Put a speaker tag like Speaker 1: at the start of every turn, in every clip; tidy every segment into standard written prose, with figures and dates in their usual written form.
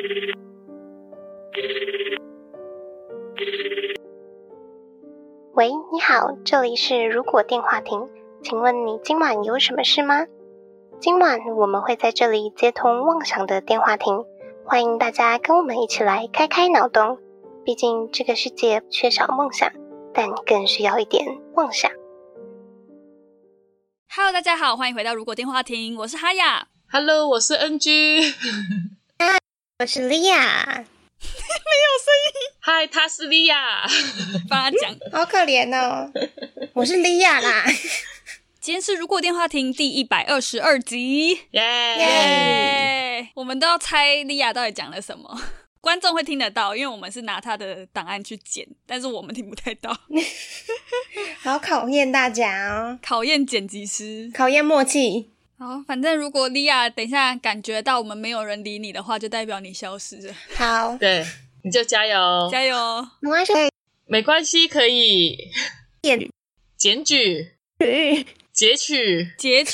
Speaker 1: 喂，你好，这里是如果电话亭，请问你今晚有什么事吗？今晚我们会在这里接通妄想的电话亭，欢迎大家跟我们一起来开开脑洞。毕竟这个世界缺少梦想，但更需要一点妄想。
Speaker 2: Hello， 大家好，欢迎回到如果电话亭，我是哈雅。
Speaker 3: Hello， 我是 NG。
Speaker 1: 我是莉亚。
Speaker 2: 没有声音。
Speaker 3: 嗨，他是莉亚。
Speaker 2: 帮他讲。
Speaker 1: 好可怜哦。我是莉亚啦。
Speaker 2: 今天是如果电话亭第122集。
Speaker 3: 耶！
Speaker 2: 我们都要猜莉亚到底讲了什么。观众会听得到，因为我们是拿他的档案去剪，但是我们听不太到。
Speaker 1: 好考验大家哦。
Speaker 2: 考验剪辑师。
Speaker 1: 考验默契。
Speaker 2: 好，反正如果莉亚等一下感觉到我们没有人理你的话，就代表你消失了。
Speaker 1: 好，
Speaker 3: 对，你就加油，
Speaker 2: 加油！
Speaker 1: 没关系，
Speaker 3: 没关系，可以检举、截取。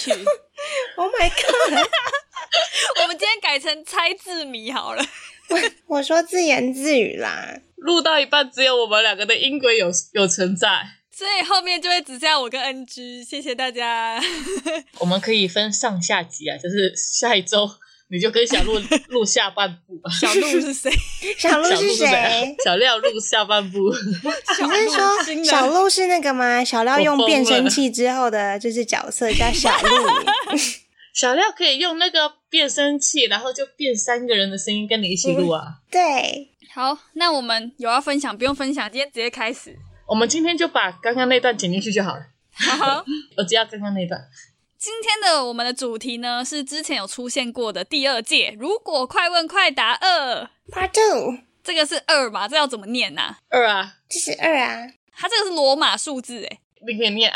Speaker 1: Oh my god！
Speaker 2: 我们今天改成猜字谜好了。
Speaker 1: 我说自言自语啦。
Speaker 3: 录到一半，只有我们两个的音轨有存在。
Speaker 2: 所以后面就会只剩下我跟 NG， 谢谢大家。
Speaker 3: 我们可以分上下集啊，就是下一周你就跟小鹿录下半部吧。
Speaker 2: 小鹿是谁？
Speaker 1: 小鹿是谁？
Speaker 3: 小廖录下半部。
Speaker 1: 你是说小鹿是那个吗？小廖用变声器之后的就是角色叫小鹿。
Speaker 3: 小廖可以用那个变声器，然后就变3个人的声音跟你一起录啊。
Speaker 1: 对。
Speaker 2: 好，那我们有要分享不用分享，今天直接开始。
Speaker 3: 我们今天就把刚刚那段剪进去就好了。
Speaker 2: 好，
Speaker 3: 我只要刚刚那段。
Speaker 2: 今天的我们的主题呢是之前有出现过的第2届如果快问快答2
Speaker 1: Part 2。
Speaker 2: 这个是2嘛？这要怎么念啊
Speaker 3: ？2啊，
Speaker 1: 这是2啊。
Speaker 2: 它这个是罗马数字诶，
Speaker 3: 你可以念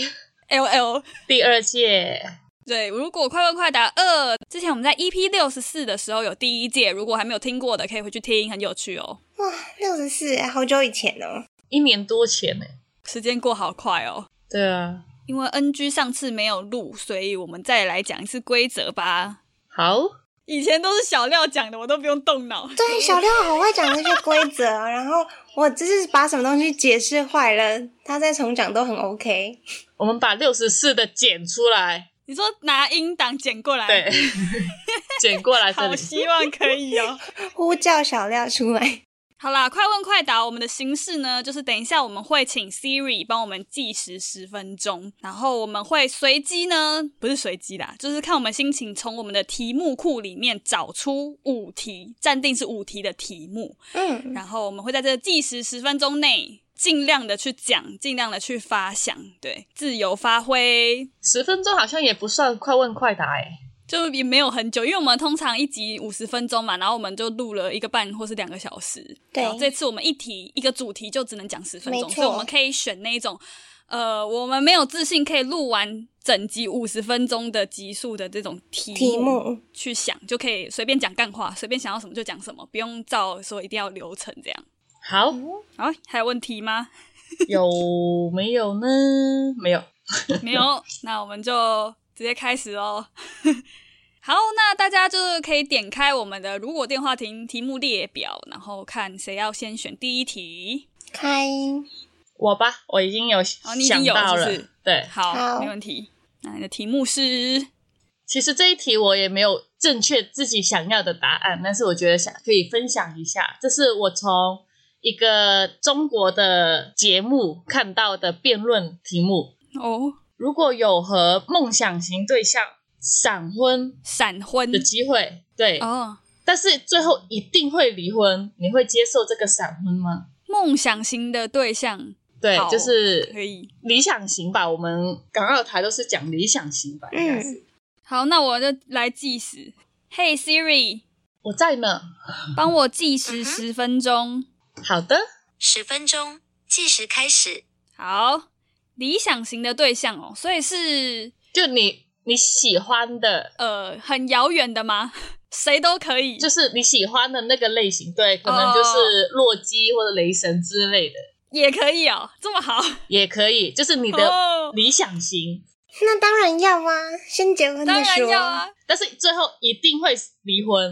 Speaker 2: LL。
Speaker 3: 第2届。
Speaker 2: 对，如果快问快答2，之前我们在 EP64 的时候有第1届，如果还没有听过的可以回去听，很有趣哦。
Speaker 1: 哇，64，好久以前哦
Speaker 3: ，1年多前耶。
Speaker 2: 时间过好快哦。
Speaker 3: 对啊，
Speaker 2: 因为 NG 上次没有录，所以我们再来讲一次规则吧。
Speaker 3: 好，
Speaker 2: 以前都是小廖讲的，我都不用动脑。
Speaker 1: 对，小廖好会讲这些规则，然后我就是把什么东西解释坏了，他再重讲都很 OK。
Speaker 3: 我们把64的剪出来。
Speaker 2: 你说拿音档剪过来？
Speaker 3: 对，剪过来这里。
Speaker 2: 好希望可以哦。
Speaker 1: 呼叫小廖出来。
Speaker 2: 好啦，快问快答，我们的形式呢，就是等一下我们会请 Siri 帮我们计时10分钟，然后我们会随机呢，不是随机啦，就是看我们心情，从我们的题目库里面找出5题，暂定是5题的题目。然后我们会在这个计时10分钟内尽量的去讲，尽量的去发想，对，自由发挥。
Speaker 3: 10分钟好像也不算快问快答耶，
Speaker 2: 就也没有很久，因为我们通常一集50分钟嘛，然后我们就录了1个半或是2个小时。
Speaker 1: 对，
Speaker 2: 然后这次我们一个主题就只能讲10分钟，所以我们可以选那种我们没有自信可以录完整集50分钟的集数的这种题目去想，就可以随便讲干话，随便想要什么就讲什么，不用照说一定要流程这样。
Speaker 3: 好，
Speaker 2: 还有问题吗？
Speaker 3: 有没有呢？没有。
Speaker 2: 没有，那我们就直接开始咯。好，那大家就是可以点开我们的如果电话亭题目列表，然后看谁要先选第1题。
Speaker 1: 开
Speaker 3: 我吧，我已经有想到了。
Speaker 2: 是不是？
Speaker 3: 对，
Speaker 2: 好，没问题。那你的题目是？
Speaker 3: 其实这一题我也没有正确自己想要的答案，但是我觉得可以分享一下。这是我从一个中国的节目看到的辩论题目
Speaker 2: 哦。
Speaker 3: 如果有和梦想型对象闪婚的机会，对哦，但是最后一定会离婚，你会接受这个闪婚吗？
Speaker 2: 梦想型的对象，
Speaker 3: 对，就是
Speaker 2: 可以
Speaker 3: 理想型吧。我们港澳台都是讲理想型吧，应该是。
Speaker 2: 好，那我就来计时。Hey Siri，
Speaker 3: 我在呢，
Speaker 2: 帮我计时10分钟。
Speaker 3: 好的
Speaker 4: ，10分钟，计时开始。
Speaker 2: 好，理想型的对象哦，所以是
Speaker 3: 就你喜欢的，
Speaker 2: 很遥远的吗？谁都可以，
Speaker 3: 就是你喜欢的那个类型，对，可能就是洛基或者雷神之类的，
Speaker 2: 也可以哦，这么好，
Speaker 3: 也可以，就是你的理想型。
Speaker 1: 那当然要啊，先结婚再说。
Speaker 2: 当然要啊，
Speaker 3: 但是最后一定会离婚。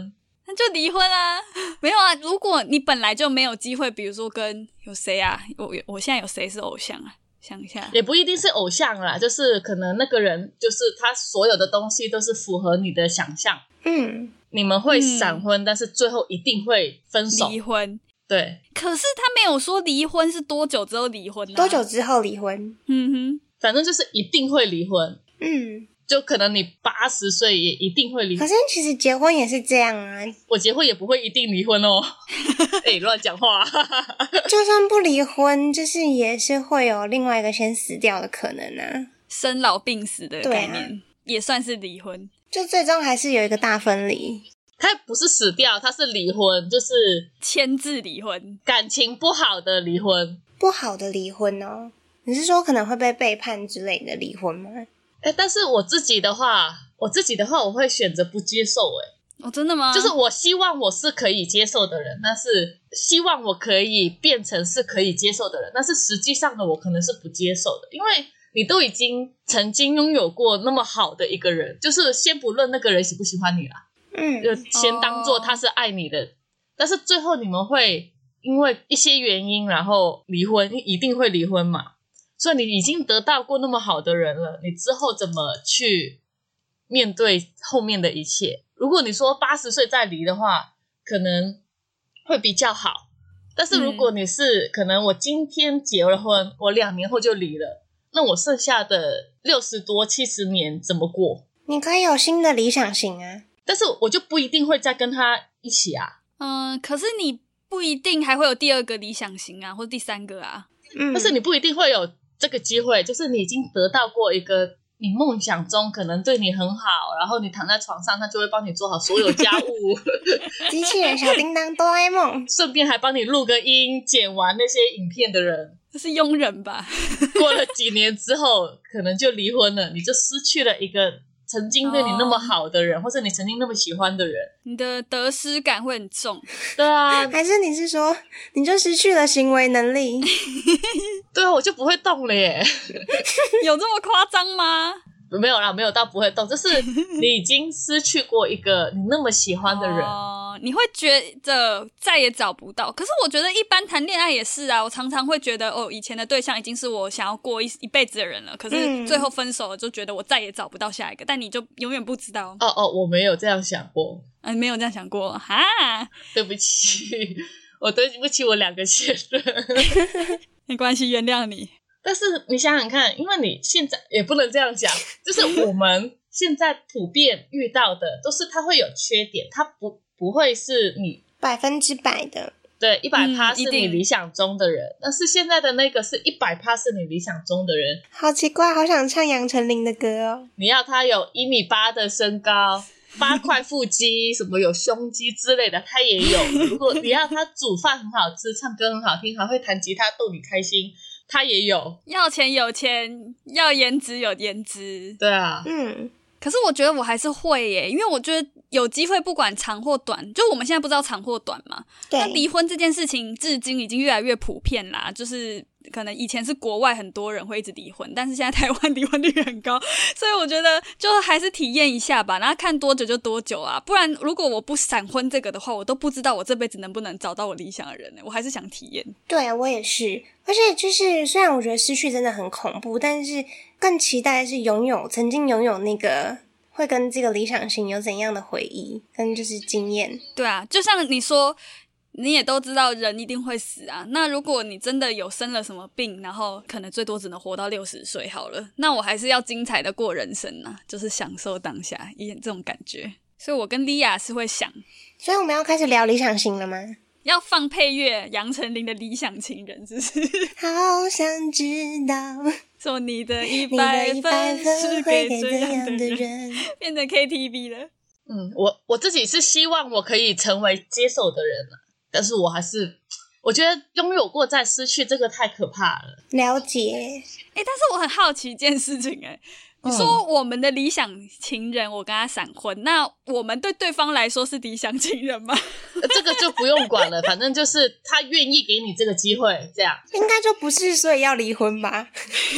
Speaker 2: 那就离婚啊。没有啊，如果你本来就没有机会，比如说跟有谁啊，我现在有谁是偶像啊，想一下，
Speaker 3: 也不一定是偶像啦，就是可能那个人就是他所有的东西都是符合你的想象，你们会闪婚，但是最后一定会分手
Speaker 2: 离婚。
Speaker 3: 对，
Speaker 2: 可是他没有说离婚是多久之后离婚啊，
Speaker 1: 多久之后离婚？
Speaker 3: 反正就是一定会离婚。就可能你80岁也一定会离婚。
Speaker 1: 可是其实结婚也是这样啊，
Speaker 3: 我结婚也不会一定离婚哦。乱讲话。
Speaker 1: 就算不离婚，就是也是会有另外一个先死掉的可能啊。
Speaker 2: 生老病死的概念，也算是离婚。
Speaker 1: 就最终还是有一个大分离。
Speaker 3: 他不是死掉，他是离婚，就是
Speaker 2: 签字离婚，
Speaker 3: 感情不好的离婚。
Speaker 1: 不好的离婚哦？你是说可能会被背叛之类的离婚吗？
Speaker 3: 但是我自己的话我会选择不接受。
Speaker 2: 真的吗？
Speaker 3: 就是我希望我是可以接受的人，但是希望我可以变成是可以接受的人，但是实际上的我可能是不接受的，因为你都已经曾经拥有过那么好的一个人，就是先不论那个人喜不喜欢你啦，就先当做他是爱你的，但是最后你们会因为一些原因然后离婚，一定会离婚嘛，所以你已经得到过那么好的人了，你之后怎么去面对后面的一切？如果你说80岁再离的话，可能会比较好，但是如果你是可能我今天结了婚，我2年后就离了，那我剩下的60多70年怎么过？
Speaker 1: 你可以有新的理想型啊，
Speaker 3: 但是我就不一定会再跟他一起啊。
Speaker 2: 可是你不一定还会有第2个理想型啊，或第3个啊。
Speaker 3: 但是你不一定会有这个机会，就是你已经得到过一个你梦想中可能对你很好，然后你躺在床上他就会帮你做好所有家务
Speaker 1: 机器人小叮当哆啦 A 梦，
Speaker 3: 顺便还帮你录个音剪完那些影片的人，
Speaker 2: 这是佣人吧？
Speaker 3: 过了几年之后可能就离婚了，你就失去了一个曾经对你那么好的人，或者你曾经那么喜欢的人，你
Speaker 2: 的得失感会很重。
Speaker 3: 对啊，
Speaker 1: 还是你是说你就失去了行为能力？
Speaker 3: 对啊，我就不会动了耶。
Speaker 2: 有这么夸张吗？
Speaker 3: 没有啦，没有到不会动，就是你已经失去过一个你那么喜欢的人，
Speaker 2: 你会觉得再也找不到。可是我觉得一般谈恋爱也是啊，我常常会觉得以前的对象已经是我想要过一辈子的人了，可是最后分手了，就觉得我再也找不到下一个，但你就永远不知道。
Speaker 3: 我没有这样想过。
Speaker 2: 没有这样想过哈？
Speaker 3: 对不起，我对不起我2个前任。
Speaker 2: 没关系，原谅你。
Speaker 3: 但是你想想看，因为你现在也不能这样讲，就是我们现在普遍遇到的都是它会有缺点，它不会是你
Speaker 1: 100%的，
Speaker 3: 对，100%是你理想中的人，但是现在的那个是100%是你理想中的人。
Speaker 1: 好奇怪，好想唱杨丞琳的歌哦。
Speaker 3: 你要他有1.8米的身高，8块腹肌，什么有胸肌之类的，他也有。如果你要他煮饭很好吃，唱歌很好听，还会弹吉他逗你开心，他也有。
Speaker 2: 要钱有钱，要颜值有颜值。
Speaker 3: 对啊，
Speaker 2: 可是我觉得我还是会耶，因为我觉得有机会不管长或短，就我们现在不知道长或短嘛。
Speaker 1: 对。
Speaker 2: 那离婚这件事情至今已经越来越普遍啦，就是可能以前是国外很多人会一直离婚，但是现在台湾离婚率很高，所以我觉得就还是体验一下吧，然后看多久就多久啊。不然如果我不闪婚这个的话，我都不知道我这辈子能不能找到我理想的人我还是想体验。
Speaker 1: 对啊，我也是。而且就是虽然我觉得失去真的很恐怖，但是更期待的是曾经拥有那个会跟这个理想型有怎样的回忆跟就是经验。
Speaker 2: 对啊，就像你说你也都知道人一定会死啊，那如果你真的有生了什么病，然后可能最多只能活到60岁好了，那我还是要精彩的过人生啊，就是享受当下这种感觉。所以我跟莉亚是会想，
Speaker 1: 所以我们要开始聊理想型了吗？
Speaker 2: 要放配乐，杨丞琳的理想情人，是不是？
Speaker 1: 好想知道
Speaker 2: 说你的100分是给怎样的人，变成 KTV 了。
Speaker 3: 我自己是希望我可以成为接受的人但是我觉得拥有过再失去这个太可怕了。
Speaker 1: 了解。
Speaker 2: 但是我很好奇一件事情你说我们的理想情人我跟他闪婚，那我们对对方来说是理想情人吗？
Speaker 3: 这个就不用管了，反正就是他愿意给你这个机会，这样
Speaker 1: 应该就不是所以要离婚吧。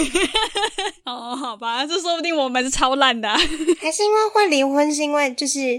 Speaker 2: 好吧，这说不定我们是超烂的还
Speaker 1: 是因为会离婚是因为就是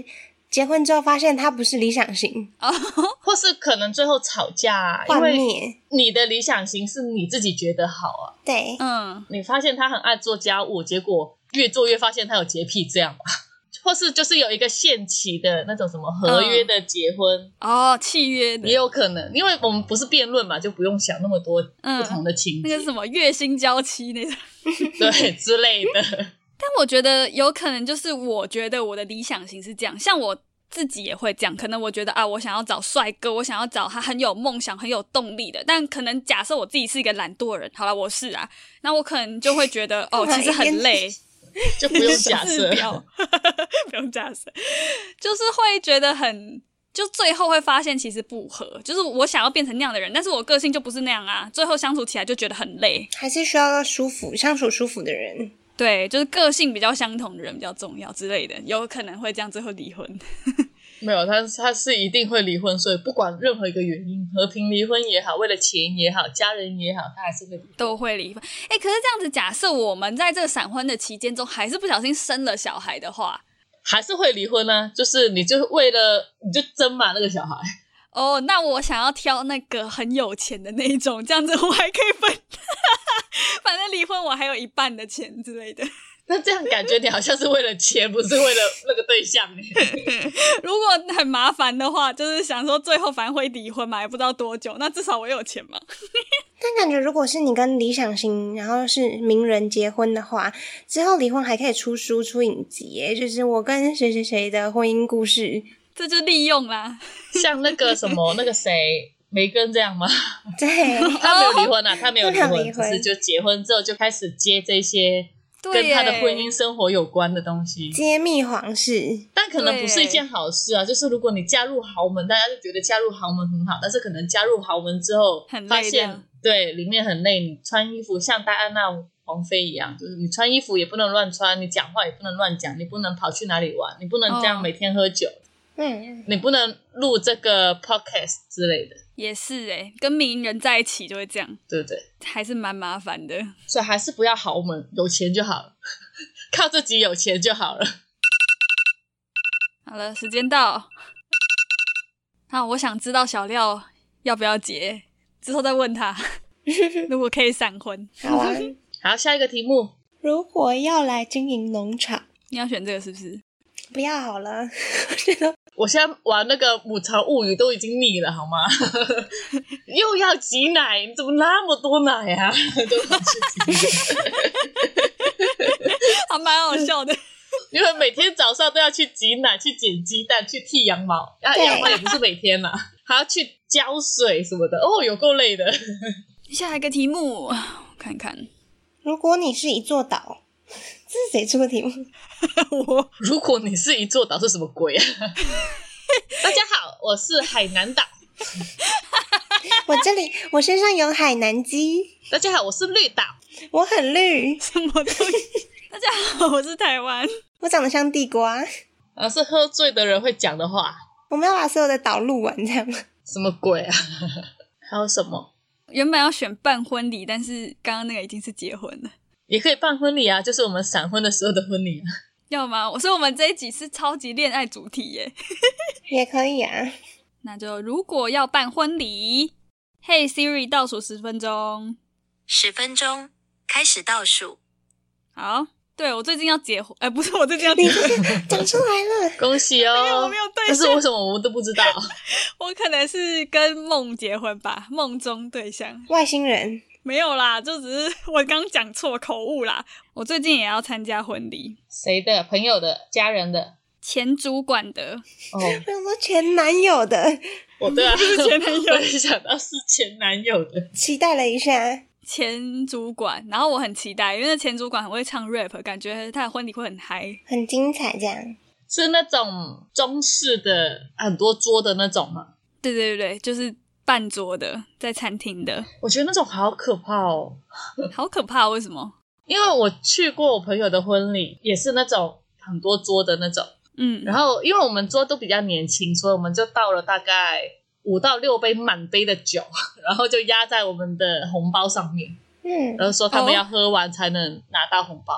Speaker 1: 结婚之后发现他不是理想型，
Speaker 3: 或是可能最后吵架啊，因为你的理想型是你自己觉得好啊。
Speaker 1: 对，
Speaker 3: 你发现他很爱做家务，结果越做越发现他有洁癖，这样吧。或是就是有一个限期的那种什么合约的结婚
Speaker 2: 契约的
Speaker 3: 也有可能，因为我们不是辩论嘛，就不用想那么多不同的情节，
Speaker 2: 那个什么月薪娇妻那种
Speaker 3: 对之类的。
Speaker 2: 但我觉得有可能就是我觉得我的理想型是这样，像我自己也会这样，可能我觉得我想要找帅哥，我想要找他很有梦想很有动力的，但可能假设我自己是一个懒惰人，好啦，我是啊，那我可能就会觉得其实很累
Speaker 3: 就不用假设
Speaker 2: 不用假设，就是会觉得就最后会发现其实不合，就是我想要变成那样的人，但是我个性就不是那样啊，最后相处起来就觉得很累，
Speaker 1: 还是需要相处舒服的人。
Speaker 2: 对，就是个性比较相同的人比较重要之类的，有可能会这样最后离婚。
Speaker 3: 没有，他是一定会离婚，所以不管任何一个原因，和平离婚也好，为了钱也好，家人也好，他还是会离婚，
Speaker 2: 都会离婚。可是这样子，假设我们在这个闪婚的期间中，还是不小心生了小孩的话，
Speaker 3: 还是会离婚啊。就是你就为了你就争嘛那个小孩。
Speaker 2: 那我想要挑那个很有钱的那一种，这样子我还可以分。反正离婚我还有一半的钱之类的。
Speaker 3: 那这样感觉你好像是为了钱，不是为了那个对象。
Speaker 2: 如果很麻烦的话，就是想说最后反正会离婚嘛，也不知道多久，那至少我有钱嘛。
Speaker 1: 但感觉如果是你跟理想型然后是名人结婚的话，之后离婚还可以出书出影集耶，就是我跟谁谁谁的婚姻故事，
Speaker 2: 这就利用啦。
Speaker 3: 像那个什么那个谁梅根这样吗？
Speaker 1: 对，
Speaker 3: 他没有离婚啊，他没有离婚，
Speaker 1: 只是
Speaker 3: 就结婚之后就开始接这些跟他的婚姻生活有关的东西，
Speaker 1: 揭秘皇室。
Speaker 3: 但可能不是一件好事啊。就是如果你嫁入豪门，大家就觉得嫁入豪门很好，但是可能加入豪门之后发现对里面很累，你穿衣服像戴安娜王妃一样，就是你穿衣服也不能乱穿，你讲话也不能乱讲，你不能跑去哪里玩，你不能这样每天喝酒，你不能录这个 podcast 之类的。
Speaker 2: 也是跟名人在一起就会这样，
Speaker 3: 对不对？
Speaker 2: 还是蛮麻烦的，
Speaker 3: 所以还是不要豪门，有钱就好了，靠自己有钱就好了。
Speaker 2: 好了，时间到。我想知道小廖要不要结，之后再问他。如果可以闪婚。
Speaker 1: 好啊。
Speaker 3: 好，下一个题目。
Speaker 1: 如果要来经营农场，
Speaker 2: 你要选这个是不是？
Speaker 1: 不要好了，我觉得
Speaker 3: 我现在玩那个母巢物语都已经腻了好吗？又要挤奶，你怎么那么多奶啊？都跑去挤奶。
Speaker 2: 还蛮好笑的。
Speaker 3: 因为每天早上都要去挤奶，去捡鸡蛋，去剃羊毛，羊毛也不是每天啦，还要去浇水什么的，有够累的。
Speaker 2: 下一个题目，我看看。
Speaker 1: 如果你是一座岛，这是谁出的题目？
Speaker 3: 如果你是一座岛是什么鬼啊？大家好，我是海南岛。
Speaker 1: 我身上有海南鸡。
Speaker 3: 大家好，我是绿岛。
Speaker 1: 我很绿。
Speaker 2: 什么东西？大家好，我是台湾。
Speaker 1: 我长得像地瓜。
Speaker 3: 是喝醉的人会讲的话。
Speaker 1: 我们要把所有的岛录完，这样吗？
Speaker 3: 什么鬼啊？还有什么？
Speaker 2: 原本要选办婚礼，但是刚刚那个已经是结婚了。
Speaker 3: 也可以办婚礼啊，就是我们闪婚的时候的婚礼啊。
Speaker 2: 要吗？所以我们这一集是超级恋爱主题耶。
Speaker 1: 也可以啊。
Speaker 2: 那就如果要办婚礼，嘿 Siri 倒数10分钟。
Speaker 4: 10分钟，开始倒数。
Speaker 2: 好，对，我最近要结婚，不是我最近要结婚。
Speaker 1: 讲出来了，
Speaker 3: 恭喜哦！
Speaker 2: 我没有对象，
Speaker 3: 但是为什么我们都不知道？
Speaker 2: 我可能是跟梦结婚吧，梦中对象。
Speaker 1: 外星人。
Speaker 2: 没有啦，就只是我刚讲错，口误啦。我最近也要参加婚礼。
Speaker 3: 谁的？朋友的？家人的？
Speaker 2: 前主管的。
Speaker 1: 我想说前男友的。
Speaker 3: 对啊，
Speaker 2: 是前男友。
Speaker 3: 我也想到是前男友的。
Speaker 1: 期待了一下。
Speaker 2: 前主管，然后我很期待，因为前主管很会唱 rap， 感觉他的婚礼会很嗨，
Speaker 1: 很精彩这样。
Speaker 3: 是那种中式的很多桌的那种吗？
Speaker 2: 对对对，就是半桌的，在餐厅的。
Speaker 3: 我觉得那种好可怕哦。
Speaker 2: 好可怕，为什么？
Speaker 3: 因为我去过我朋友的婚礼，也是那种很多桌的那种。然后因为我们桌都比较年轻，所以我们就倒了大概5到6杯满杯的酒，然后就压在我们的红包上面。然后说他们要喝完才能拿到红包。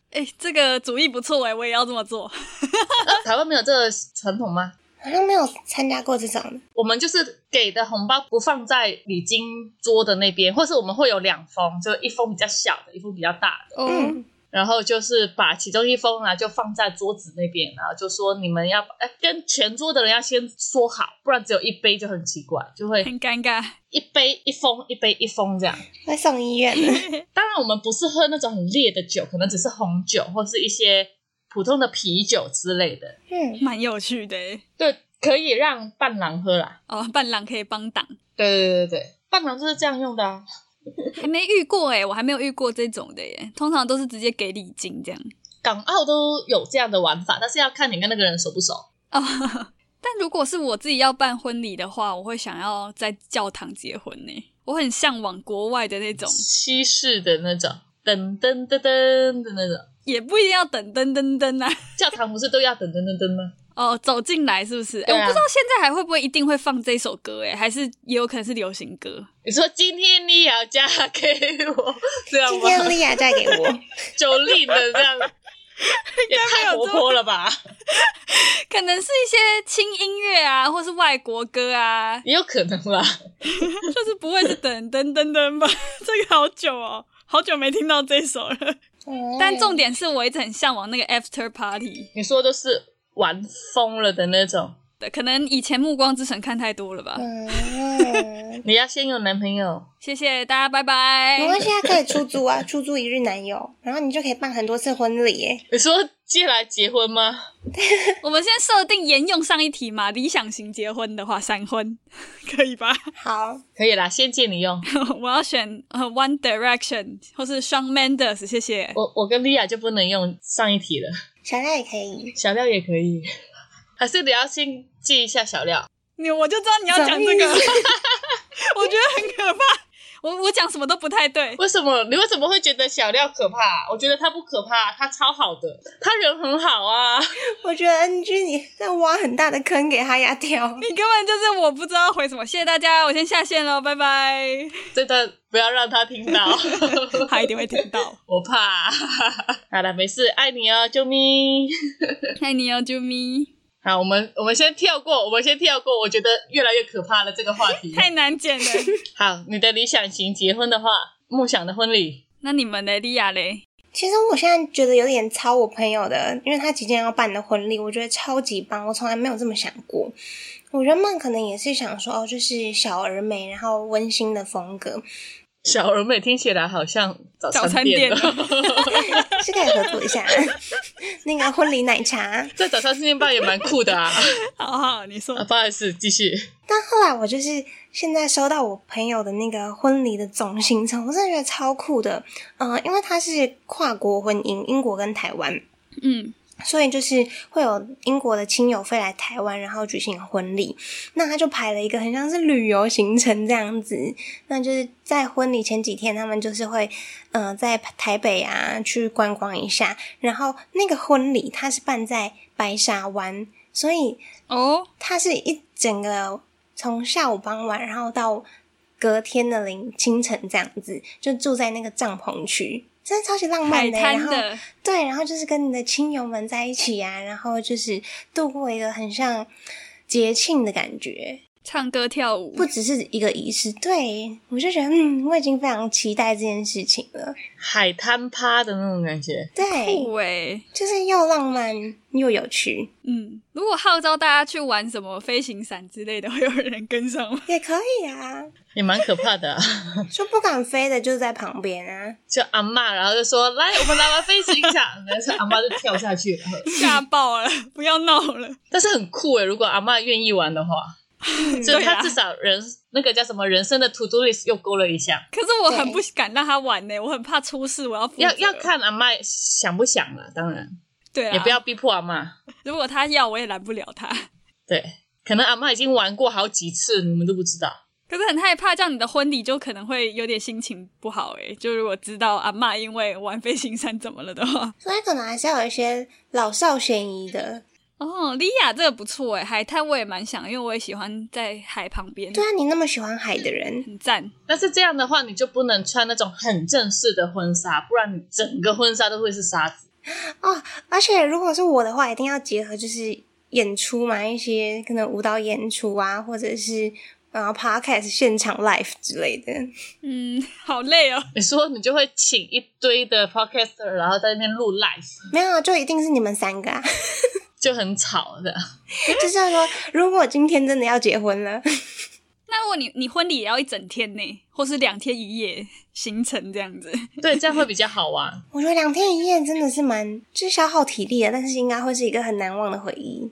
Speaker 2: 这个主意不错我也要这么做。
Speaker 3: 台湾没有这个传统吗？
Speaker 1: 好像没有参加过这种的。
Speaker 3: 我们就是给的红包不放在礼金桌的那边，或是我们会有2封，就一封比较小的，一封比较大的。然后就是把其中一封啊就放在桌子那边，然后就说你们要跟全桌的人要先说好，不然只有一杯就很奇怪，就会
Speaker 2: 很尴尬，
Speaker 3: 一杯一封，一杯一封这样。
Speaker 1: 会送医院的。
Speaker 3: 当然我们不是喝那种很烈的酒，可能只是红酒或是一些普通的啤酒之类的。
Speaker 2: 蛮有趣的耶。
Speaker 3: 对，可以让伴郎喝啦。
Speaker 2: 伴郎可以帮挡。
Speaker 3: 对，伴郎就是这样用的啊。
Speaker 2: 还没遇过我还没有遇过这种的耶，通常都是直接给礼金这样。
Speaker 3: 港澳都有这样的玩法，但是要看你跟那个人熟不熟。
Speaker 2: 但如果是我自己要办婚礼的话，我会想要在教堂结婚耶，我很向往国外的那种
Speaker 3: 西式的那种噔噔噔噔的那种，
Speaker 2: 也不一定要等噔噔噔啊。
Speaker 3: 教堂不是都要等噔噔噔吗？
Speaker 2: 走进来是不是？我不知道现在还会不会一定会放这首歌还是也有可能是流行歌。
Speaker 3: 你说今天你要嫁给我这样吗？
Speaker 1: 今天莉亚嫁给我。
Speaker 3: 9令的这样也太活泼了吧。
Speaker 2: 可能是一些轻音乐啊，或是外国歌啊，
Speaker 3: 也有可能啦。
Speaker 2: 就是不会是噔噔噔噔吧。这个好久好久没听到这首了。但重点是我一直很向往那个 after party。
Speaker 3: 你说都是玩疯了的那种。
Speaker 2: 可能以前《暮光之城》看太多了吧。
Speaker 3: 你要先有男朋友。
Speaker 2: 谢谢大家，拜拜。
Speaker 1: 没关系，可以出租啊，出租1日男友，然后你就可以办很多次婚礼耶。
Speaker 3: 你说借来结婚吗？
Speaker 2: 我们先设定沿用上一题嘛，理想型结婚的话闪婚可以吧？
Speaker 1: 好，
Speaker 3: 可以啦，先借你用。
Speaker 2: 我要选One Direction 或是 Shawn Mendes， 谢谢。
Speaker 3: 我跟莉亚就不能用上一题了。
Speaker 1: 小廖也可以，
Speaker 3: 小廖也可以。还是你要先借一下小廖？
Speaker 2: 我就知道你要讲这个。我觉得很可怕。我讲什么都不太对。
Speaker 3: 为什么？你为什么会觉得小廖可怕？我觉得他不可怕，他超好的，他人很好啊。
Speaker 1: 我觉得 NG 你在挖很大的坑给哈雅跳。
Speaker 2: 你根本就是我不知道回什么。谢谢大家，我先下线了，拜拜。
Speaker 3: 这段不要让他听到。
Speaker 2: 他一定会听到。
Speaker 3: 我怕。好了，没事，爱你哦，啾咪。
Speaker 2: 爱你哦，啾咪。
Speaker 3: 好，我们先跳过，我觉得越来越可怕了这个话题。
Speaker 2: 太难剪了。
Speaker 3: 好，你的理想型结婚的话，梦想的婚礼。
Speaker 2: 那你们的莉亚嘞？
Speaker 1: 其实我现在觉得有点超我朋友的，因为他即将要办的婚礼，我觉得超级棒，我从来没有这么想过。我原本可能也是想说，就是小而美，然后温馨的风格。
Speaker 3: 小而美听起来好像早餐店
Speaker 1: 是可以合作一下。那个婚礼奶茶
Speaker 3: 在早餐店办也蛮酷的啊。
Speaker 2: 好，你说。
Speaker 3: 不好意思，继续。
Speaker 1: 但后来我就是现在收到我朋友的那个婚礼的总行程，我真的觉得超酷的。因为它是跨国婚姻，英国跟台湾。所以就是会有英国的亲友飞来台湾，然后举行婚礼。那他就排了一个很像是旅游行程这样子。那就是在婚礼前几天，他们就是会在台北啊去观光一下。然后那个婚礼它是办在白沙湾，所以它是一整个从下午傍晚，然后到隔天的清晨这样子，就住在那个帐篷区。真的超级浪漫的，
Speaker 2: 海滩的。
Speaker 1: 然后对，然后就是跟你的亲友们在一起啊，然后就是度过一个很像节庆的感觉，
Speaker 2: 唱歌跳舞，
Speaker 1: 不只是一个仪式。对，我就觉得我已经非常期待这件事情了。
Speaker 3: 海滩趴的那种感觉，
Speaker 1: 对，
Speaker 2: 酷耶，
Speaker 1: 就是又浪漫又有趣。
Speaker 2: 如果号召大家去玩什么飞行伞之类的，会有人跟上吗？
Speaker 1: 也可以啊，
Speaker 3: 也蛮可怕的啊。
Speaker 1: 说不敢飞的就在旁边啊，
Speaker 3: 就阿嬷，然后就说来，我们来玩飞行伞，然后阿嬷就跳下去了，
Speaker 2: 吓爆了，不要闹了。
Speaker 3: 但是很酷耶，如果阿嬷愿意玩的话。就他至少那个叫什么人生的 to do list 又勾了一项。
Speaker 2: 可是我很不敢让他玩呢，我很怕出事，我要负责。
Speaker 3: 要看阿嬷想不想啦，当然。
Speaker 2: 对啊，
Speaker 3: 也不要逼迫阿嬷。如
Speaker 2: 果他要，我也拦不了他。
Speaker 3: 对，可能阿嬷已经玩过好几次，你们都不知道。
Speaker 2: 可是很害怕，这样你的婚礼就可能会有点心情不好就如果知道阿嬷因为玩飞行伞怎么了的话，
Speaker 1: 所以可能还是要有一些老少咸宜的。
Speaker 2: 莉亚这个不错海滩我也蛮想，因为我也喜欢在海旁边。
Speaker 1: 对啊，你那么喜欢海的人，
Speaker 2: 很赞。
Speaker 3: 但是这样的话，你就不能穿那种很正式的婚纱，不然你整个婚纱都会是沙子。
Speaker 1: 哦，而且如果是我的话，一定要结合就是演出嘛，一些可能舞蹈演出啊，或者是podcast 现场 live 之类的。
Speaker 2: 好累哦。
Speaker 3: 你说你就会请一堆的 podcaster， 然后在那边录 live，
Speaker 1: 没有啊，就一定是你们3个啊。
Speaker 3: 就很吵的。
Speaker 1: 就是说，如果今天真的要结婚了，
Speaker 2: 那如果你婚礼也要1整天呢，或是2天1夜行程这样子，
Speaker 3: 对，这样会比较好玩。
Speaker 1: 我觉得2天1夜真的是就是消耗体力的，但是应该会是一个很难忘的回忆。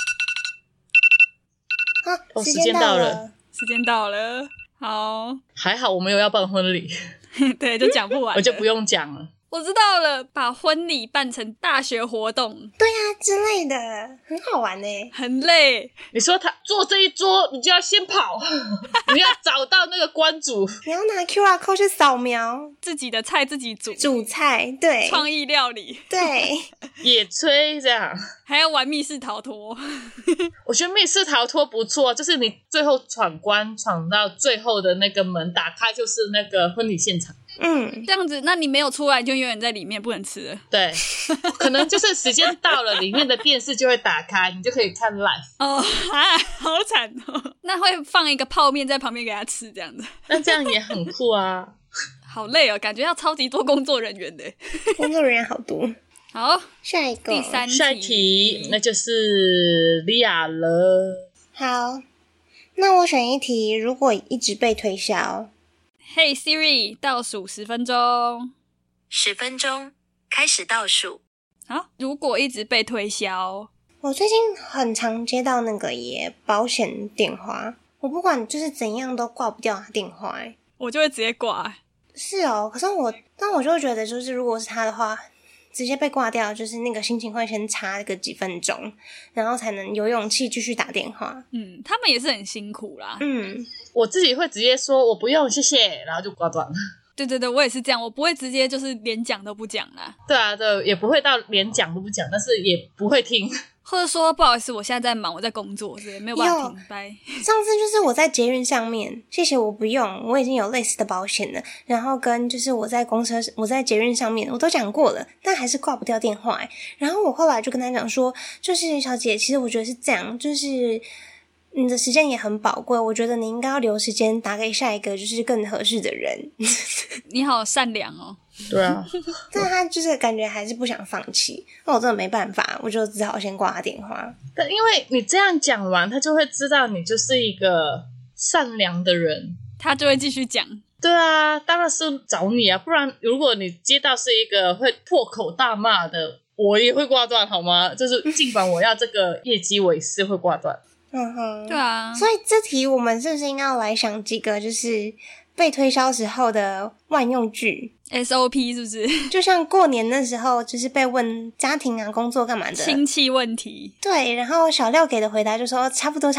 Speaker 1: 好，
Speaker 3: 时间到了，
Speaker 2: 时间到了，好，
Speaker 3: 还好我没有要办婚礼，
Speaker 2: 对，就讲不完，
Speaker 3: 我就不用讲了。
Speaker 2: 我知道了，把婚礼办成大学活动，
Speaker 1: 对啊之类的，很好玩耶。
Speaker 2: 很累。
Speaker 3: 你说他坐这一桌，你就要先跑，你要找到那个关主，
Speaker 1: 你要拿 QR code 去扫描
Speaker 2: 自己的菜自己
Speaker 1: 煮菜，对，
Speaker 2: 创意料理，
Speaker 1: 对，
Speaker 3: 野炊这样。
Speaker 2: 还要玩密室逃脱。
Speaker 3: 我觉得密室逃脱不错，就是你最后闯关闯到最后的那个门打开，就是那个婚礼现场。
Speaker 2: 这样子，那你没有出来，就永远在里面不能吃了。
Speaker 3: 对，可能就是时间到了，里面的电视就会打开，你就可以看 live。
Speaker 2: 哦，好惨哦！那会放一个泡面在旁边给他吃，这样子。
Speaker 3: 那这样也很酷啊。
Speaker 2: 好累哦，感觉要超级多工作人员的。
Speaker 1: 工作人员好多。
Speaker 2: 好，
Speaker 1: 下一个，
Speaker 3: 下一题，那就是莉亚了。
Speaker 1: 好，那我选一题，如果一直被推销。
Speaker 2: Hey Siri， 倒数10分钟。
Speaker 4: 10分钟，开始倒数。
Speaker 2: 好，如果一直被推销，
Speaker 1: 我最近很常接到那个保险电话，我不管就是怎样都挂不掉他电话
Speaker 2: 我就会直接挂。
Speaker 1: 是哦，可是但我就会觉得，就是如果是他的话，直接被挂掉，就是那个心情会先差个几分钟，然后才能有勇气继续打电话。
Speaker 2: 他们也是很辛苦啦。
Speaker 3: 我自己会直接说我不用谢谢，然后就挂断了。
Speaker 2: 对，我也是这样，我不会直接就是连讲都不讲啦。
Speaker 3: 对啊，对，也不会到连讲都不讲，但是也不会听。
Speaker 2: 或者说不好意思，我现在在忙，我在工作，所以没有办法停。拜。
Speaker 1: 上次就是我在捷运上面，谢谢我不用，我已经有类似的保险了。然后跟就是我在捷运上面，我都讲过了，但还是挂不掉电话然后我后来就跟他讲说，就是小姐，其实我觉得是这样，就是你的时间也很宝贵，我觉得你应该要留时间打给下一个就是更合适的人。
Speaker 2: 你好善良哦。
Speaker 3: 对啊，
Speaker 1: 但他就是感觉还是不想放弃，那我真的没办法，我就只好先挂他电话。
Speaker 3: 但因为你这样讲完，他就会知道你就是一个善良的人，
Speaker 2: 他就会继续讲。
Speaker 3: 对啊，当然是找你啊，不然如果你接到是一个会破口大骂的，我也会挂断好吗？就是尽管我要这个业绩，我也是会挂断。
Speaker 2: 对啊，
Speaker 1: 所以这题我们是不是应该要来想几个就是被推销时候的万用句
Speaker 2: SOP 是不是？
Speaker 1: 就像过年的时候，就是被问家庭啊、工作干嘛的
Speaker 2: 亲戚问题。
Speaker 1: 对，然后小廖给的回答就说差不多，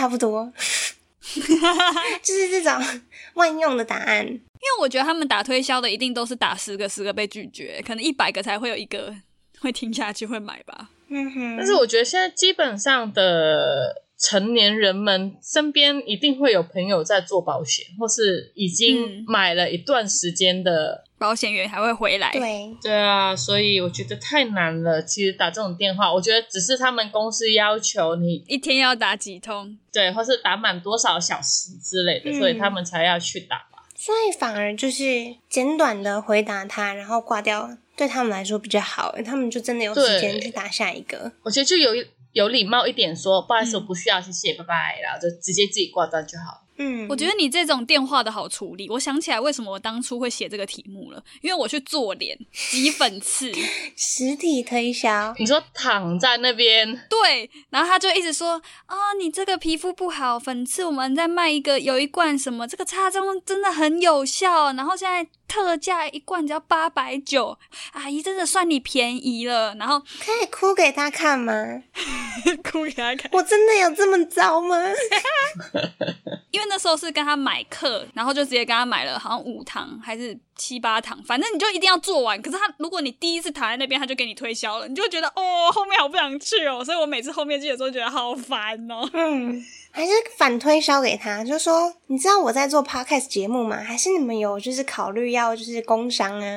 Speaker 1: 就是这种万用的答案。
Speaker 2: 因为我觉得他们打推销的一定都是打10个被拒绝，可能100个才会有1个会听下去会买吧。
Speaker 3: 但是我觉得现在基本上的成年人们身边一定会有朋友在做保险，或是已经买了一段时间的
Speaker 2: 保险员还会回来。
Speaker 3: 对啊，所以我觉得太难了。其实打这种电话，我觉得只是他们公司要求你
Speaker 2: 一天要打几通，
Speaker 3: 对，或是打满多少小时之类的，所以他们才要去打吧。
Speaker 1: 所以反而就是简短的回答他，然后挂掉，对他们来说比较好，他们就真的有时间去打下一个。
Speaker 3: 我觉得就有礼貌一点说，不好意思，我不需要，谢谢，拜拜，然后就直接自己挂断就好。
Speaker 2: 我觉得你这种电话的好处理，我想起来为什么我当初会写这个题目了，因为我去做脸挤粉刺，
Speaker 1: 实体推销。
Speaker 3: 你说躺在那边，
Speaker 2: 对，然后他就一直说你这个皮肤不好，粉刺我们在卖有一罐什么，这个擦妆真的很有效，然后现在特价一罐只要890，阿姨真的算你便宜了。然后
Speaker 1: 可以哭给他看吗？
Speaker 2: 哭给他看，
Speaker 1: 我真的有这么糟吗？
Speaker 2: 因为那时候是跟他买课，然后就直接跟他买了好像5堂还是7、8堂，反正你就一定要做完。可是如果你第一次躺在那边，他就给你推销了，你就会觉得后面好不想去哦。所以我每次后面去的时候觉得好烦哦。
Speaker 1: 还是反推销给他，就说你知道我在做 podcast 节目吗？还是你们有就是考虑要就是工商啊？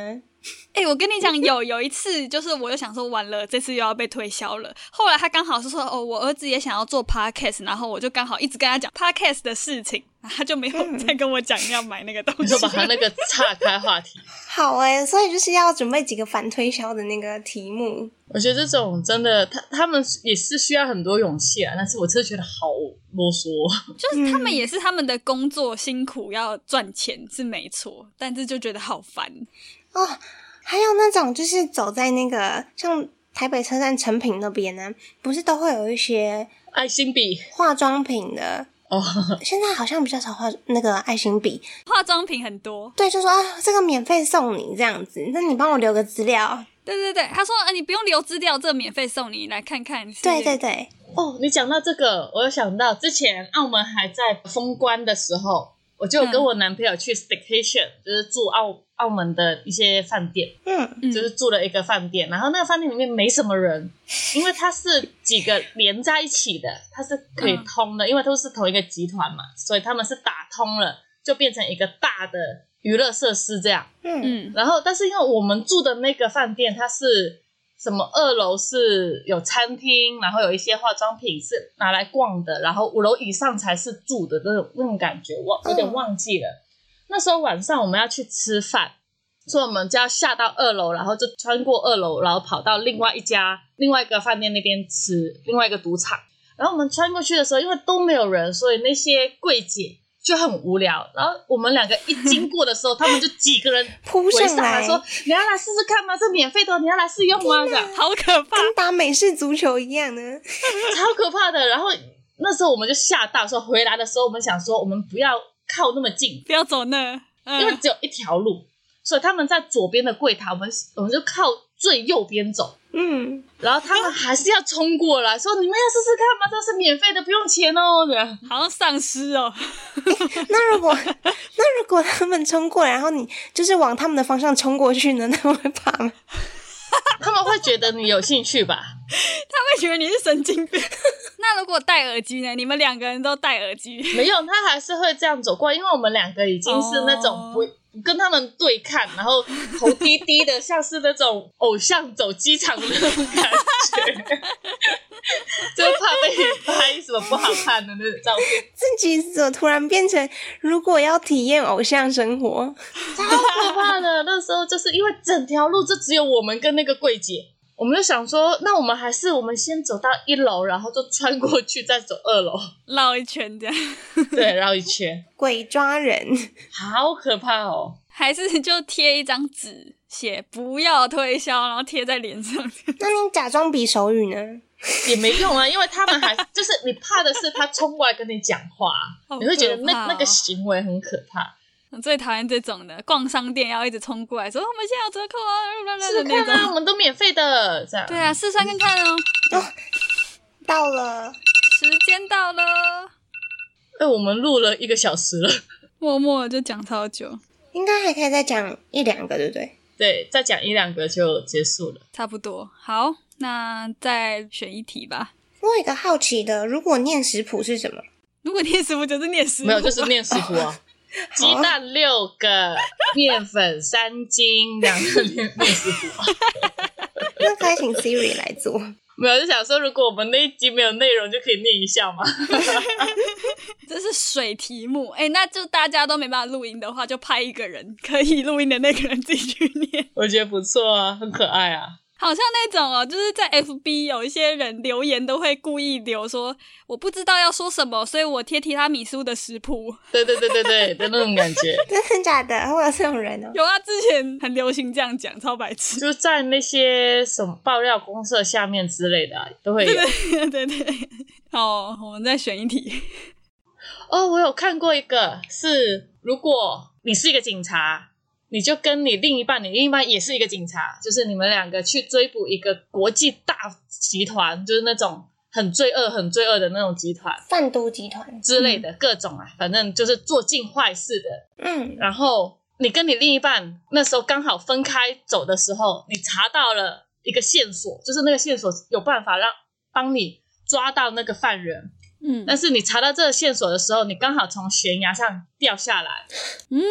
Speaker 2: 我跟你讲，有一次，就是我就想说，完了，这次又要被推销了。后来他刚好是说，我儿子也想要做 podcast， 然后我就刚好一直跟他讲 podcast 的事情，他就没有再跟我讲要买那个东西，
Speaker 3: 你就把他那个岔开话题。
Speaker 1: 好所以就是要准备几个反推销的那个题目。
Speaker 3: 我觉得这种真的，他们也是需要很多勇气啊，但是我真的觉得好啰嗦。
Speaker 2: 就是他们也是他们的工作辛苦要赚钱是没错，但是就觉得好烦
Speaker 1: 哦。还有那种就是走在那个像台北车站成品那边呢，不是都会有一些
Speaker 3: 爱心笔
Speaker 1: 化妆品的哦，现在好像比较少画那个爱心笔，
Speaker 2: 化妆品很多。
Speaker 1: 对，就说这个免费送你这样子，那你帮我留个资料。
Speaker 2: 对对对，他说你不用留资料，这个免费送你，来看看。
Speaker 1: 对对对。
Speaker 3: 哦，你讲到这个，我有想到之前澳门还在封关的时候，我就跟我男朋友去 staycation，就是住澳门的一些饭店，就是住了一个饭店，然后那个饭店里面没什么人，因为它是几个连在一起的，它是可以通的，因为都是同一个集团嘛，所以他们是打通了，就变成一个大的娱乐设施这样。然后但是因为我们住的那个饭店，它是什么2楼是有餐厅，然后有一些化妆品是拿来逛的，然后5楼以上才是住的那种感觉，我有点忘记了。那时候晚上我们要去吃饭，所以我们就要下到2楼，然后就穿过2楼，然后跑到另外一个饭店那边吃，另外一个赌场。然后我们穿过去的时候，因为都没有人，所以那些柜姐就很无聊。然后我们两个一经过的时候，他们就几个人
Speaker 1: 扑上来
Speaker 3: 说：“你要来试试看吗？这免费的，你要来试用吗？”这样
Speaker 2: 好可怕，
Speaker 1: 跟打美式足球一样的，
Speaker 3: 超可怕的。然后那时候我们就吓到，说回来的时候我们想说，我们不要靠那么近，
Speaker 2: 不要走那，
Speaker 3: 因为只有一条路，所以他们在左边的柜台，我们就靠最右边走。然后他们还是要冲过来，说：“你们要试试看吗？这是免费的，不用钱哦。”这样
Speaker 2: 好像丧尸哦。
Speaker 1: 那如果他们冲过来，然后你就是往他们的方向冲过去呢？他们会怕吗？
Speaker 3: 他们会觉得你有兴趣吧？
Speaker 2: 他会觉得你是神经病。那如果戴耳机呢？你们2个人都戴耳机？
Speaker 3: 没有，他还是会这样走过来，因为我们2个已经是那种不跟他们对看，然后头低低的，像是那种偶像走机场的那种感觉，就怕被拍什么不好看的那种照片。
Speaker 1: 自己怎么突然变成如果要体验偶像生活，
Speaker 3: 超可怕的。那时候就是因为整条路就只有我们跟那个柜姐，我们就想说，那我们先走到1楼，然后就穿过去，再走2楼，
Speaker 2: 绕一圈这样。
Speaker 3: 对，绕一圈，
Speaker 1: 鬼抓人，
Speaker 3: 好可怕哦。
Speaker 2: 还是就贴一张纸写不要推销，然后贴在脸上。
Speaker 1: 那你假装比手语呢？
Speaker 3: 也没用啊，因为他们还就是你怕的是他冲过来跟你讲话，你会觉得那个行为很可怕。
Speaker 2: 我最讨厌这种的，逛商店要一直冲过来说我们现在有折扣啊，
Speaker 3: 试看啊，我们都免费的，这样。
Speaker 2: 对啊，试穿看看哦。
Speaker 1: 到了，
Speaker 2: 时间到了。
Speaker 3: 我们录了1个小时了，
Speaker 2: 默默就讲超久，
Speaker 1: 应该还可以再讲1-2个，对不对？
Speaker 3: 对，再讲1-2个就结束了，
Speaker 2: 差不多。好，那再选一题吧。
Speaker 1: 我有一个好奇的，如果念食谱是什么？
Speaker 2: 如果念食谱就是念食谱，
Speaker 3: 没有就是念食谱啊。鸡蛋6个，面粉3斤，这样念食谱啊。
Speaker 1: 那可以请 Siri 来做。
Speaker 3: 没有，就想说如果我们那一集没有内容就可以念一下嘛。
Speaker 2: 这是水题目，那就大家都没办法录音的话，就派一个人可以录音的那个人自己去念。
Speaker 3: 我觉得不错啊，很可爱啊。
Speaker 2: 好像那种就是在 FB 有一些人留言都会故意留说我不知道要说什么，所以我贴提拉米苏的食谱。
Speaker 3: 对的那种感觉。
Speaker 1: 真的假的？会有这种人哦？
Speaker 2: 有啊，之前很流行这样讲，超白痴。
Speaker 3: 就在那些什么爆料公社下面之类的都会有。
Speaker 2: 对。好，我们再选一题。
Speaker 3: 我有看过一个是，如果你是一个警察，你就跟你另一半也是一个警察，就是你们2个去追捕一个国际大集团，就是那种很罪恶的那种集团，
Speaker 1: 贩毒集团
Speaker 3: 之类的，各种啊，反正就是做尽坏事的。然后你跟你另一半那时候刚好分开走的时候，你查到了一个线索，就是那个线索有办法帮你抓到那个犯人。但是你查到这个线索的时候，你刚好从悬崖上掉下来。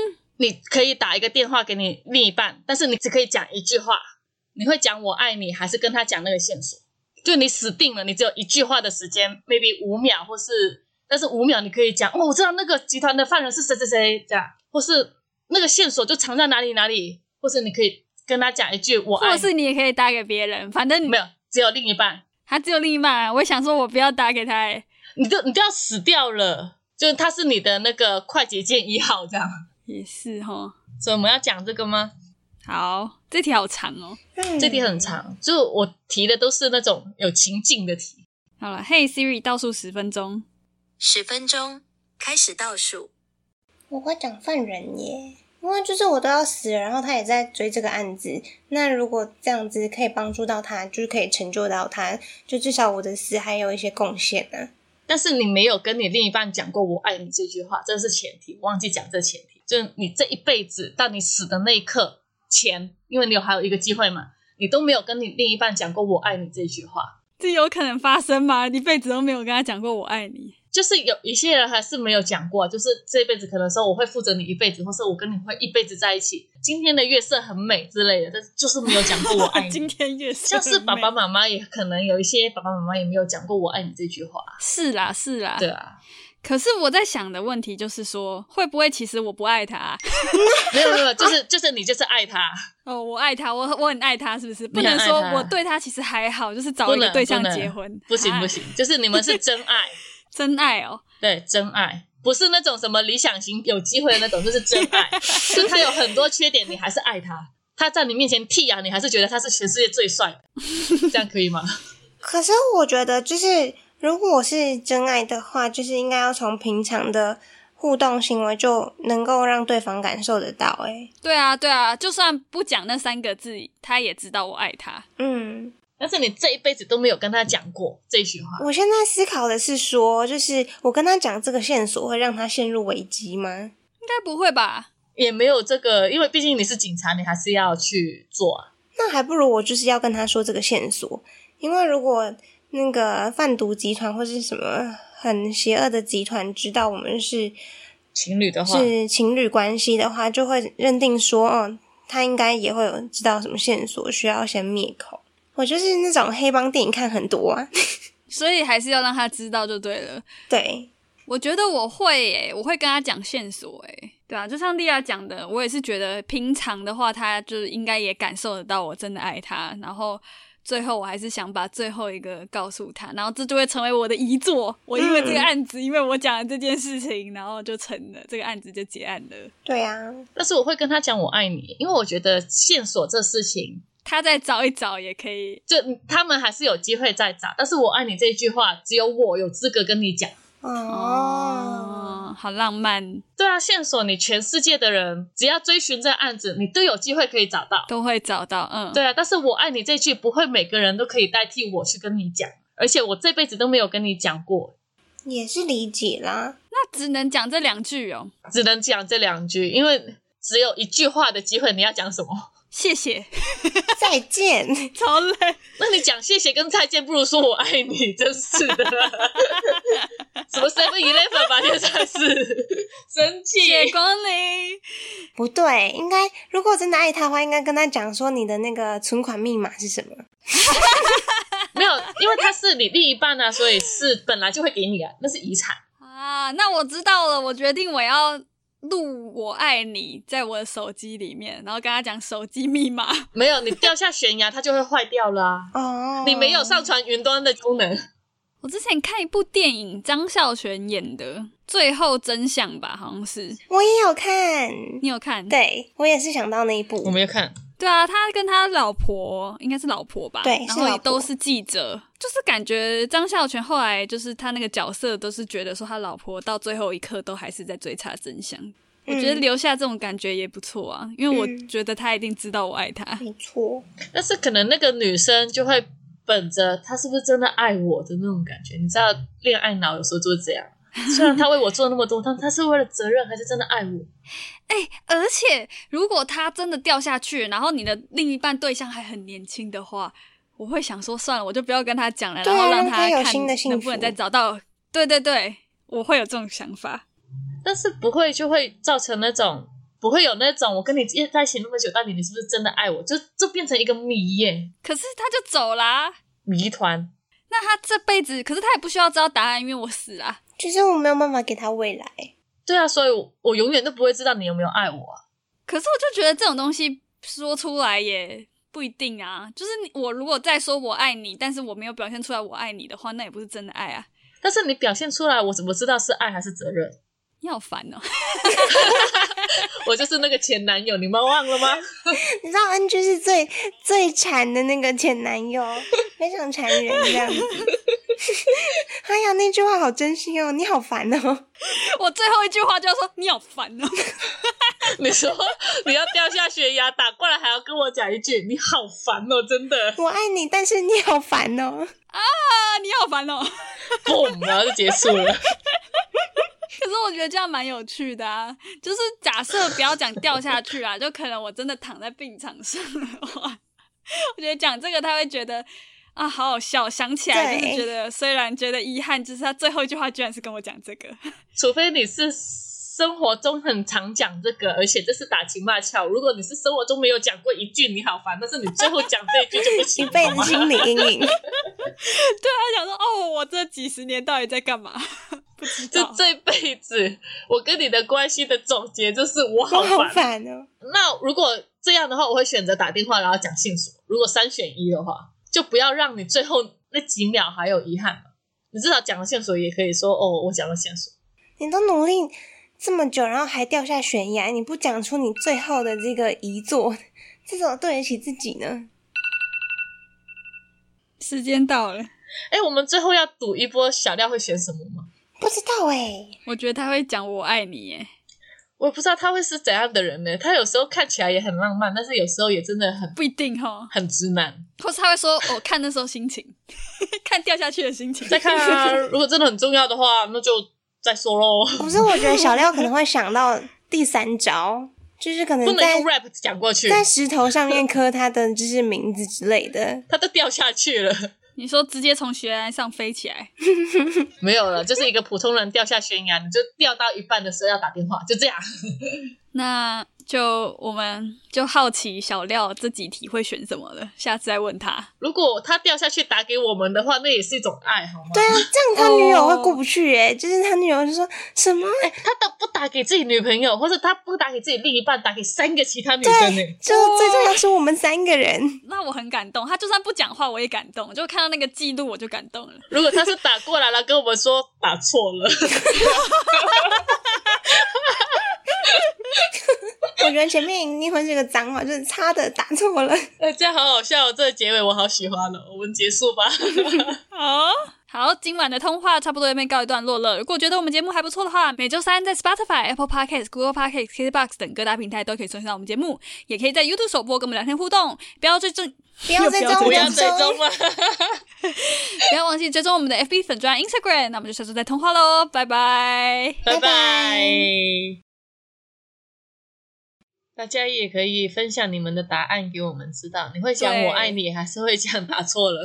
Speaker 3: 你可以打一个电话给你另一半，但是你只可以讲一句话，你会讲我爱你还是跟他讲那个线索？就你死定了，你只有一句话的时间 maybe 5秒，或是但是5秒你可以讲我知道那个集团的犯人是谁谁谁这样，或是那个线索就藏在哪里哪里，或是你可以跟他讲一句我爱你，
Speaker 2: 或是你也可以打给别人，反正
Speaker 3: 没有，只有另一半。
Speaker 2: 他只有另一半啊，我想说我不要打给他
Speaker 3: 你都要死掉了，就是他是你的那个快捷键1号这样。
Speaker 2: 也是齁。
Speaker 3: 所以我们要讲这个吗？
Speaker 2: 好，这题好长哦。
Speaker 3: 这题很长，就我提的都是那种有情境的题。
Speaker 2: 好了，Hey Siri 倒数10分钟。
Speaker 4: 10分钟，开始倒数。
Speaker 1: 我会讲犯人耶，因为就是我都要死了，然后他也在追这个案子，那如果这样子可以帮助到他，就是可以成就到他，就至少我的死还有一些贡献啊。
Speaker 3: 但是你没有跟你另一半讲过我爱你这句话，这是前提，忘记讲这前提，就是你这一辈子到你死的那一刻前，因为你还有一个机会嘛，你都没有跟你另一半讲过我爱你这句话。
Speaker 2: 这有可能发生吗？一辈子都没有跟他讲过我爱你。
Speaker 3: 就是有一些人还是没有讲过，就是这一辈子可能说我会负责你一辈子，或是我跟你会一辈子在一起，今天的月色很美之类的，但是就是没有讲过我爱你。
Speaker 2: 今天月色
Speaker 3: 像是爸爸妈妈也可能有一些爸爸妈妈也没有讲过我爱你这句话。
Speaker 2: 是啦是啦，
Speaker 3: 对啊。
Speaker 2: 可是我在想的问题就是说，会不会其实我不爱他？
Speaker 3: 没有，就是你就是爱他。
Speaker 2: 哦，我爱他，我很爱他，是不是？不能说我对他其实还好，就是找一个对象结婚。
Speaker 3: 不行，就是你们是真爱。
Speaker 2: 真爱哦。
Speaker 3: 对，真爱，不是那种什么理想型有机会的那种，就是真爱。就他有很多缺点，你还是爱他。他在你面前剃牙，你还是觉得他是全世界最帅的。这样可以吗？
Speaker 1: 可是我觉得就是如果是真爱的话，就是应该要从平常的互动行为就能够让对方感受得到。
Speaker 2: 对啊，就算不讲那3个字，他也知道我爱他。
Speaker 3: 但是你这一辈子都没有跟他讲过这句话。
Speaker 1: 我现在思考的是说，就是我跟他讲这个线索会让他陷入危机吗？
Speaker 2: 应该不会吧？
Speaker 3: 也没有这个，因为毕竟你是警察，你还是要去做啊。
Speaker 1: 那还不如我就是要跟他说这个线索，因为如果那个贩毒集团或是什么很邪恶的集团知道我们是
Speaker 3: 情侣的话，
Speaker 1: 是情侣关系的话，就会认定说，他应该也会有知道什么线索，需要先灭口。我就是那种黑帮电影看很多啊，
Speaker 2: 所以还是要让他知道就对了。
Speaker 1: 对，
Speaker 2: 我觉得我会我会跟他讲线索对啊，就像莉亚讲的，我也是觉得平常的话，他就是应该也感受得到我真的爱他，然后最后我还是想把最后一个告诉他，然后这就会成为我的遗作。我因为这个案子，因为我讲了这件事情，然后就成了，这个案子就结案了。
Speaker 1: 对啊，
Speaker 3: 但是我会跟他讲我爱你，因为我觉得线索这事情
Speaker 2: 他再找一找也可以，
Speaker 3: 就他们还是有机会再找，但是我爱你这一句话只有我有资格跟你讲。
Speaker 2: 好浪漫。
Speaker 3: 对啊，线索你全世界的人只要追寻这案子，你都有机会可以找到，
Speaker 2: 都会找到。
Speaker 3: 对啊，但是我爱你这句不会每个人都可以代替我去跟你讲，而且我这辈子都没有跟你讲过。
Speaker 1: 也是理解啦，
Speaker 2: 那只能讲这2句哦，
Speaker 3: 只能讲这2句，因为只有一句话的机会，你要讲什么？
Speaker 2: 谢谢
Speaker 1: 再见，
Speaker 2: 超累。
Speaker 3: 那你讲谢谢跟再见，不如说我爱你，真是的。什么 7-11吧，现在是生气。
Speaker 2: 谢光临。
Speaker 1: 不对，应该如果真的爱他的话，应该跟他讲说你的那个存款密码是什么。
Speaker 3: 没有，因为他是你另一半啊，所以是本来就会给你啊，那是遗产
Speaker 2: 啊。那我知道了，我决定我要录我爱你在我的手机里面，然后跟他讲手机密码。
Speaker 3: 没有，你掉下悬崖它就会坏掉了你没有上传云端的功能。
Speaker 2: 我之前看一部电影，张孝全演的《最后真相》吧，好像是。
Speaker 1: 我也有看。
Speaker 2: 你有看？
Speaker 1: 对，我也是想到那一部。
Speaker 3: 我没有看。
Speaker 2: 对啊，他跟他老婆应该是老婆吧，
Speaker 1: 对，
Speaker 2: 然后也都是记者，就是感觉张孝全后来就是他那个角色都是觉得说他老婆到最后一刻都还是在追查真相。我觉得留下这种感觉也不错啊，因为我觉得他一定知道我爱他。
Speaker 1: 没错。
Speaker 3: 但是可能那个女生就会本着他是不是真的爱我的那种感觉，你知道恋爱脑有时候就会这样。虽然他为我做那么多，但他是为了责任还是真的爱我？
Speaker 2: 而且如果他真的掉下去，然后你的另一半对象还很年轻的话，我会想说算了，我就不要跟他讲了，然后让他看能不能再找到。对，我会有这种想法。
Speaker 3: 但是不会就会造成那种不会有那种我跟你在一起那么久，到底你是不是真的爱我，就变成一个谜耶。
Speaker 2: 可是他就走啦，
Speaker 3: 谜团。
Speaker 2: 那他这辈子，可是他也不需要知道答案，因为我死啦。
Speaker 1: 就是我没有办法给他未来。
Speaker 3: 对啊，所以我永远都不会知道你有没有爱我啊。
Speaker 2: 可是我就觉得这种东西说出来也不一定啊。就是我如果再说我爱你，但是我没有表现出来我爱你的话，那也不是真的爱啊。
Speaker 3: 但是你表现出来，我怎么知道是爱还是责任？
Speaker 2: 你好烦哦。
Speaker 3: 我就是那个前男友，你们忘了吗？
Speaker 1: 你知道 NG 是最馋的那个前男友，非常残忍这样子。哎呀，那句话好真心哦，你好烦哦。
Speaker 2: 我最后一句话就要说你好烦哦。
Speaker 3: 你说你要掉下悬崖，打过来还要跟我讲一句你好烦哦，真的。
Speaker 1: 我爱你，但是你好烦哦。
Speaker 2: 啊，你好烦哦。
Speaker 3: 嘣，然后就结束了。
Speaker 2: 可是我觉得这样蛮有趣的啊，就是假设不要讲掉下去啊，就可能我真的躺在病床上的话，我觉得讲这个他会觉得啊好好笑，想起来就是觉得虽然觉得遗憾，就是他最后一句话居然是跟我讲这个。
Speaker 3: 除非你是生活中很常讲这个，而且这是打情骂俏。如果你是生活中没有讲过一句你好烦，但是你最后讲这一句就不行，
Speaker 1: 一辈子心理阴影。
Speaker 2: 对，他想说哦，我这几十年到底在干嘛？不知道。
Speaker 3: 就这辈子我跟你的关系的总结就是我好烦。
Speaker 1: 我好烦哦。
Speaker 3: 那如果这样的话，我会选择打电话然后讲线索。如果3选1的话，就不要让你最后那几秒还有遗憾嘛。你至少讲了线索也可以说哦，我讲了线索。
Speaker 1: 你都努力这么久，然后还掉下悬崖，你不讲出你最后的这个遗作，这怎么对得起自己呢？
Speaker 2: 时间到了。
Speaker 3: 我们最后要赌一波小廖会选什么吗？
Speaker 1: 不知道
Speaker 2: 我觉得他会讲我爱你耶。
Speaker 3: 我也不知道他会是怎样的人呢。他有时候看起来也很浪漫，但是有时候也真的
Speaker 2: 不一定齁，
Speaker 3: 很直男。
Speaker 2: 或是他会说我看那时候心情看掉下去的心情
Speaker 3: 再看啊。如果真的很重要的话，那就再说咯。
Speaker 1: 不是，我觉得小廖可能会想到第3招，就是可能
Speaker 3: 不能用 rap 讲过去，
Speaker 1: 在石头上面刻他的就是名字之类的。
Speaker 3: 他都掉下去了。
Speaker 2: 你说直接从悬崖上飞起来？
Speaker 3: 没有了，就是一个普通人掉下悬崖，你就掉到一半的时候要打电话，就这样。
Speaker 2: 那就我们就好奇小廖这几题会选什么了，下次再问他。
Speaker 3: 如果他掉下去打给我们的话，那也是一种爱，好吗？
Speaker 1: 对啊，这样他女友会过不去耶。就是他女友就说什么
Speaker 3: 他都不打给自己女朋友，或者他不打给自己另一半，打给3个其他女生耶。
Speaker 1: 就最重要是我们3个人。
Speaker 2: 那我很感动，他就算不讲话我也感动，就看到那个记录我就感动了。
Speaker 3: 如果他是打过来了跟我们说打错了。
Speaker 1: 我觉得前面一定会是个脏话，就是差的打错了。
Speaker 3: 这样好好笑哦，这个结尾我好喜欢了。我们结束吧。
Speaker 2: 好，今晚的通话差不多也被告一段落了。如果觉得我们节目还不错的话，每周3在 Spotify、Apple Podcasts、Google Podcasts、KKBOX 等各大平台都可以收听到我们节目，也可以在 YouTube 首播跟我们聊天互动。不要追踪吗？不要忘记追踪我们的 FB 粉专 Instagram。那我们就下周再通话咯，拜拜，
Speaker 3: 拜拜。大家也可以分享你们的答案给我们知道，你会讲我爱你还是会讲打错了？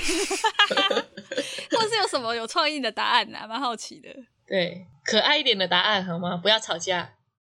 Speaker 2: 或是有什么有创意的答案啊，蛮好奇的。
Speaker 3: 对，可爱一点的答案好吗？不要吵架。